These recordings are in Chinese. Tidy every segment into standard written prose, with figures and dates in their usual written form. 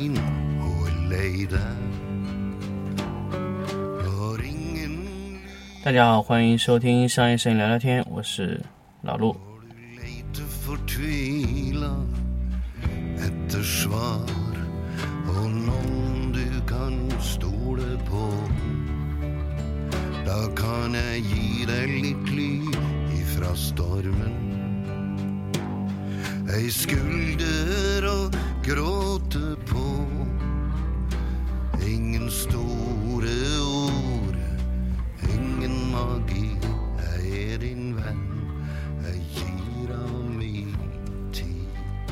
大家好，欢迎收听商业摄影聊聊天，我是老陆。Da kan jeg gi deg litt ly ifra stormen. Ei skulder å gråte på. Ingen store ord, ingen magi. Jeg er din venn, jeg gir av min tid.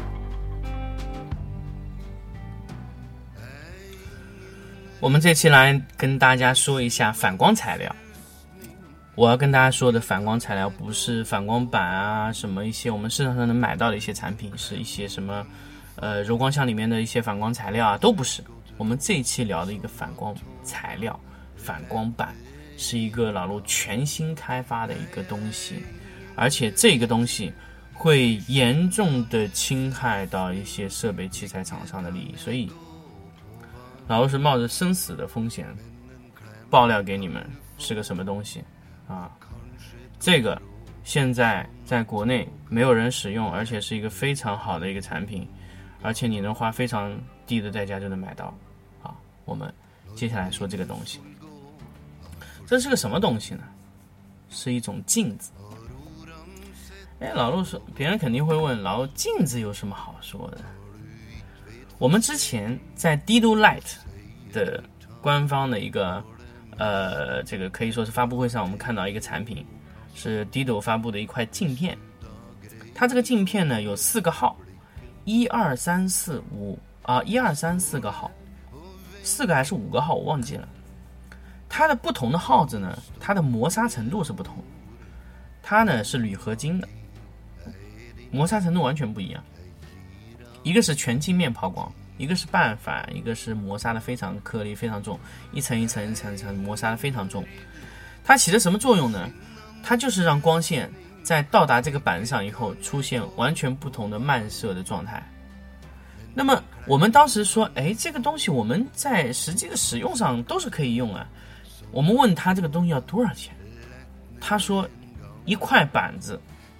我们这期来跟大家说一下反光材料。我要跟大家说的反光材料不是反光板啊，什么一些我们市场上能买到的一些产品，是一些什么柔光箱里面的一些反光材料啊，都不是。我们这一期聊的一个反光材料，反光板，是一个老陆全新开发的一个东西，而且这个东西会严重的侵害到一些设备器材厂商的利益，所以老陆是冒着生死的风险爆料给你们是个什么东西啊。这个现在在国内没有人使用，而且是一个非常好的一个产品，而且你能花非常低的代价就能买到啊。我们接下来说这个东西，这是个什么东西呢？是一种镜子。老陆说，别人肯定会问，老陆镜子有什么好说的？我们之前在 Dido Light 的官方的一个这个可以说是发布会上，我们看到一个产品是 Dido 发布的一块镜片。它这个镜片呢有4个号，1、2、3、4、5啊，1、2、3、4个号，4个还是5个号我忘记了。它的不同的号子呢，它的磨砂程度是不同。它呢是铝合金的，磨砂程度完全不一样。一个是全镜面抛光，一个是半反，一个是磨砂的非常颗粒非常重，一层一层一层一层磨砂的非常重。它起的什么作用呢？它就是让光线在到达这个板上以后出现完全不同的漫射的状态。那么我们当时说，这个东西我们在实际的使用上都是可以用啊。我们问他这个东西要多少钱，他说一块板子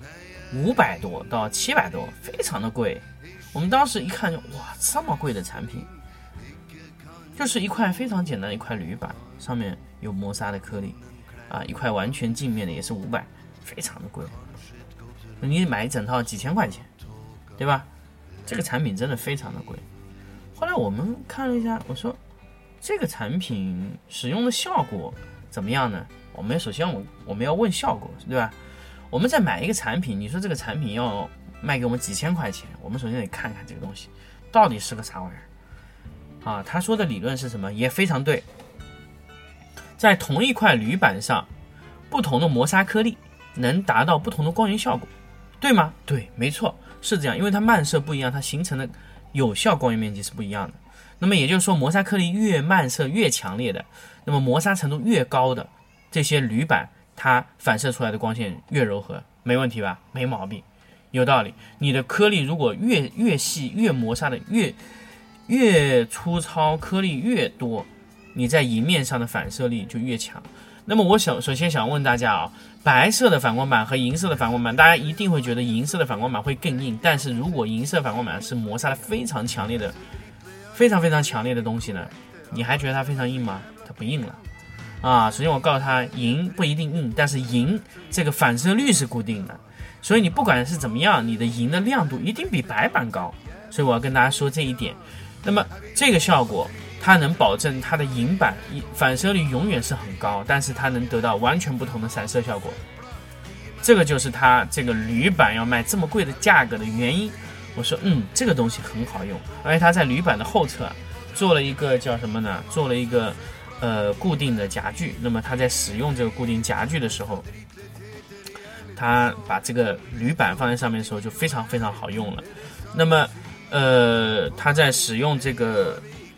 500多到700多，非常的贵。我们当时一看就哇，这么贵的产品，就是一块非常简单的一块铝板，上面有磨砂的颗粒啊，一块完全镜面的也是500，非常的贵。你买一整套几千块钱，对吧？这个产品真的非常的贵。后来我们看了一下，我说这个产品使用的效果怎么样呢？首先我们要问效果，对吧？我们在买一个产品，你说这个产品要卖给我们几千块钱，我们首先得看看这个东西到底是个啥玩意儿啊。他说的理论是什么？也非常对。在同一块铝板上，不同的磨砂颗粒能达到不同的光源效果，对吗？对，没错，是这样。因为它漫射不一样，它形成的有效光源面积是不一样的。那么也就是说，磨砂颗粒越漫射越强烈的，那么磨砂程度越高的这些铝板，它反射出来的光线越柔和，没问题吧？没毛病，有道理。你的颗粒如果越细，越磨砂的越粗糙，颗粒越多，你在银面上的反射力就越强。那么我首先想问大家啊，白色的反光板和银色的反光板，大家一定会觉得银色的反光板会更硬，但是如果银色反光板是磨砂的非常强烈的、非常非常强烈的东西呢，你还觉得它非常硬吗？它不硬了啊。首先我告诉他，银不一定硬，但是银这个反射率是固定的，所以你不管是怎么样，你的银的亮度一定比白板高。所以我要跟大家说这一点。那么这个效果它能保证它的银板反射率永远是很高，但是它能得到完全不同的散射效果。这个就是它这个铝板要卖这么贵的价格的原因。我说这个东西很好用，而且它在铝板的后侧做了一个叫什么呢？做了一个固定的夹具。那么它在使用这个固定夹具的时候，它把这个铝板放在上面的时候就非常非常好用了。那么它在使用这个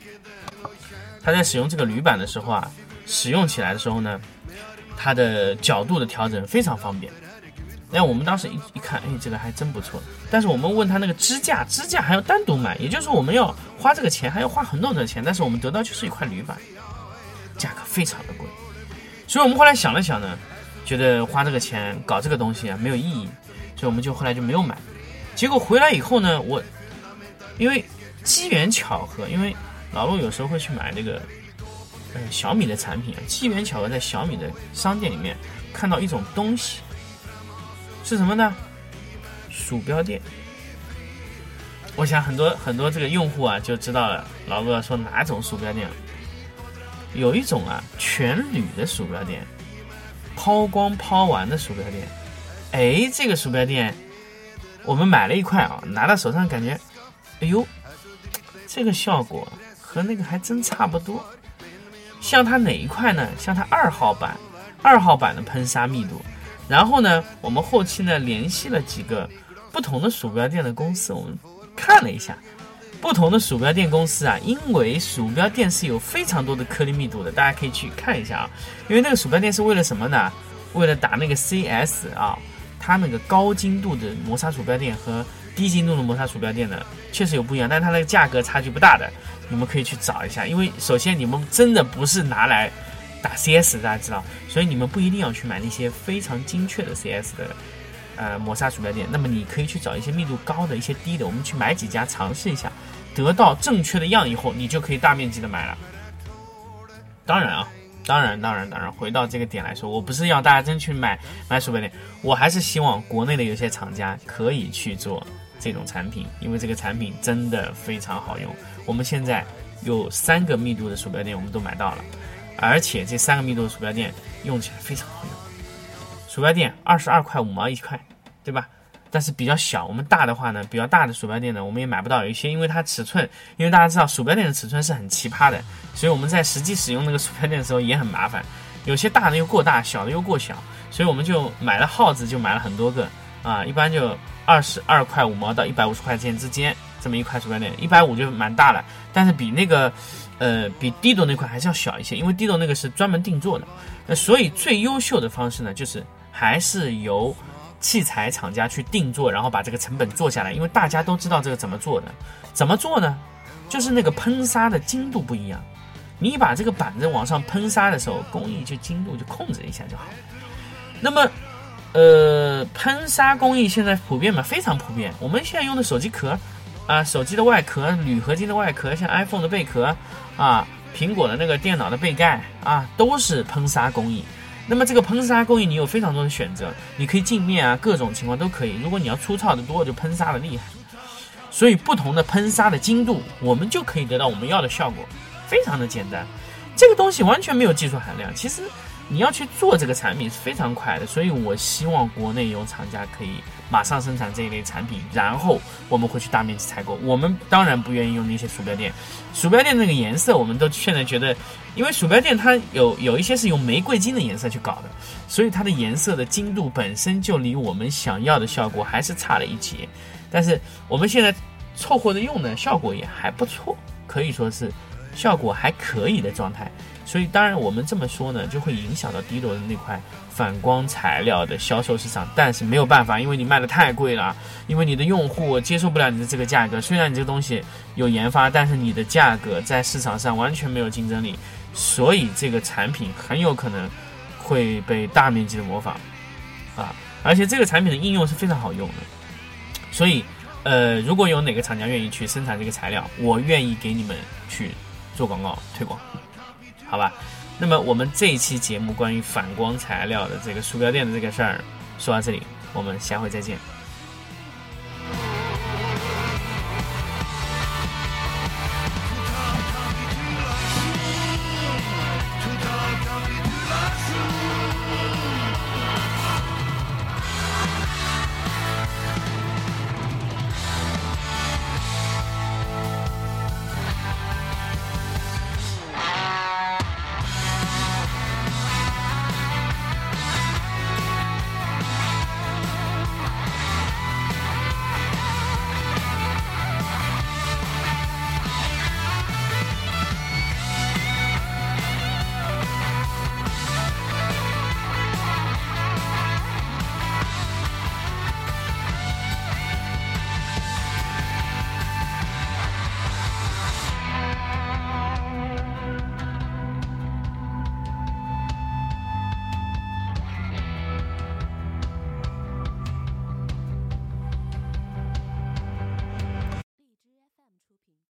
铝板的时候啊，使用起来的时候呢，它的角度的调整非常方便那我们当时一看，这个还真不错。但是我们问他那个支架还要单独买，也就是说我们要花这个钱，还要花很多的钱，但是我们得到就是一块铝板，价格非常的贵。所以我们后来想了想呢，觉得花这个钱搞这个东西没有意义，所以我们就后来就没有买。结果回来以后呢，我因为机缘巧合，因为老陆有时候会去买那个小米的产品，机缘巧合在小米的商店里面看到一种东西，是什么呢？鼠标垫。我想很多这个用户就知道了，老陆要说哪种鼠标垫了。有一种全铝的鼠标垫，抛光抛完的鼠标垫。这个鼠标垫我们买了一块拿到手上感觉，这个效果和那个还真差不多。像它哪一块呢？像它2号版的喷砂密度。然后呢，我们后期呢联系了几个不同的鼠标垫的公司，我们看了一下不同的鼠标垫公司因为鼠标垫是有非常多的颗粒密度的，大家可以去看一下因为那个鼠标垫是为了什么呢？为了打那个 CS 它那个高精度的磨砂鼠标垫和低精度的磨砂鼠标垫呢确实有不一样，但它那个价格差距不大的，你们可以去找一下。因为首先你们真的不是拿来打 CS， 大家知道，所以你们不一定要去买那些非常精确的 CS 的磨砂鼠标垫，那么你可以去找一些密度高的一些低的，我们去买几家尝试一下，得到正确的样以后，你就可以大面积的买了。当然回到这个点来说，我不是要大家真去买鼠标垫，我还是希望国内的有些厂家可以去做这种产品，因为这个产品真的非常好用。我们现在有3个密度的鼠标垫我们都买到了，而且这3个密度的鼠标垫用起来非常好用。鼠标垫22块5毛1块，对吧？但是比较小，我们大的话呢，比较大的鼠标垫呢，我们也买不到。有一些因为它尺寸，因为大家知道鼠标垫的尺寸是很奇葩的，所以我们在实际使用那个鼠标垫的时候也很麻烦。有些大的又过大，小的又过小，所以我们就买了耗子，就买了很多个一般就22块5毛到150块钱之间，这么一块鼠标垫，150就蛮大了，但是比那个比低度那块还是要小一些，因为低度那个是专门定做的。所以最优秀的方式呢，就是还是由器材厂家去定做，然后把这个成本做下来。因为大家都知道这个怎么做的，怎么做呢？就是那个喷砂的精度不一样，你把这个板子往上喷砂的时候，工艺就精度就控制一下就好。那么喷砂工艺现在普遍嘛，非常普遍。我们现在用的手机壳手机的外壳，铝合金的外壳，像 iPhone 的贝壳苹果的那个电脑的背盖都是喷砂工艺。那么这个喷砂工艺你有非常多的选择，你可以镜面各种情况都可以。如果你要粗糙的多，就喷砂的厉害。所以不同的喷砂的精度，我们就可以得到我们要的效果，非常的简单。这个东西完全没有技术含量，其实你要去做这个产品是非常快的。所以我希望国内有厂家可以马上生产这一类产品，然后我们会去大面积采购。我们当然不愿意用那些鼠标垫，鼠标垫那个颜色我们都现在觉得，因为鼠标垫它有一些是用玫瑰金的颜色去搞的，所以它的颜色的精度本身就离我们想要的效果还是差了一截。但是我们现在凑合的用呢，效果也还不错，可以说是效果还可以的状态。所以当然我们这么说呢，就会影响到低度的那块反光材料的销售市场，但是没有办法，因为你卖的太贵了，因为你的用户接受不了你的这个价格。虽然你这个东西有研发，但是你的价格在市场上完全没有竞争力，所以这个产品很有可能会被大面积的模仿而且这个产品的应用是非常好用的。所以如果有哪个厂家愿意去生产这个材料，我愿意给你们去做广告推广，好吧？那么我们这一期节目关于反光材料的这个鼠标垫的这个事儿说到这里，我们下回再见。